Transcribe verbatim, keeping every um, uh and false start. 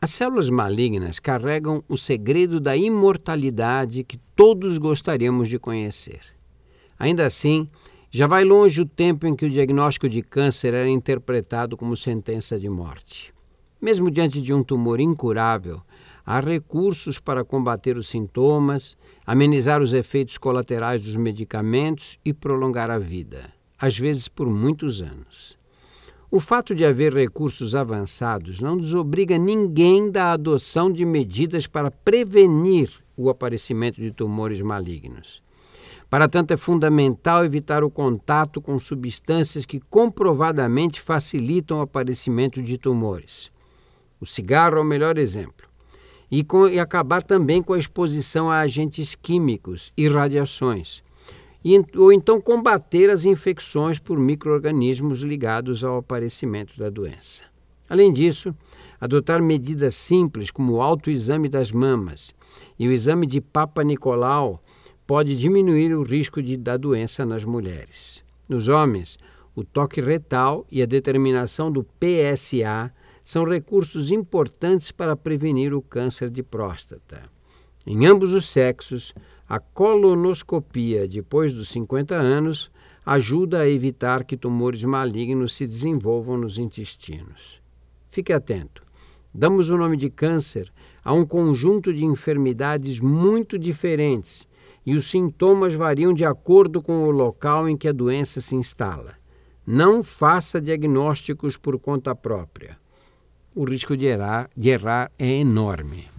As células malignas carregam o segredo da imortalidade que todos gostaríamos de conhecer. Ainda assim, já vai longe o tempo em que o diagnóstico de câncer era interpretado como sentença de morte. Mesmo diante de um tumor incurável, há recursos para combater os sintomas, amenizar os efeitos colaterais dos medicamentos e prolongar a vida, às vezes por muitos anos. O fato de haver recursos avançados não desobriga ninguém da adoção de medidas para prevenir o aparecimento de tumores malignos. Para tanto, é fundamental evitar o contato com substâncias que comprovadamente facilitam o aparecimento de tumores. O cigarro é o melhor exemplo. E, com, e acabar também com a exposição a agentes químicos e radiações. E, ou então combater as infecções por micro-organismos ligados ao aparecimento da doença. Além disso, adotar medidas simples como o autoexame das mamas e o exame de Papa Nicolau pode diminuir o risco de, da doença nas mulheres. Nos homens, o toque retal e a determinação do P S A são recursos importantes para prevenir o câncer de próstata. Em ambos os sexos, a colonoscopia depois dos cinquenta anos ajuda a evitar que tumores malignos se desenvolvam nos intestinos. Fique atento. Damos o nome de câncer a um conjunto de enfermidades muito diferentes e os sintomas variam de acordo com o local em que a doença se instala. Não faça diagnósticos por conta própria. O risco de errar, de errar é enorme.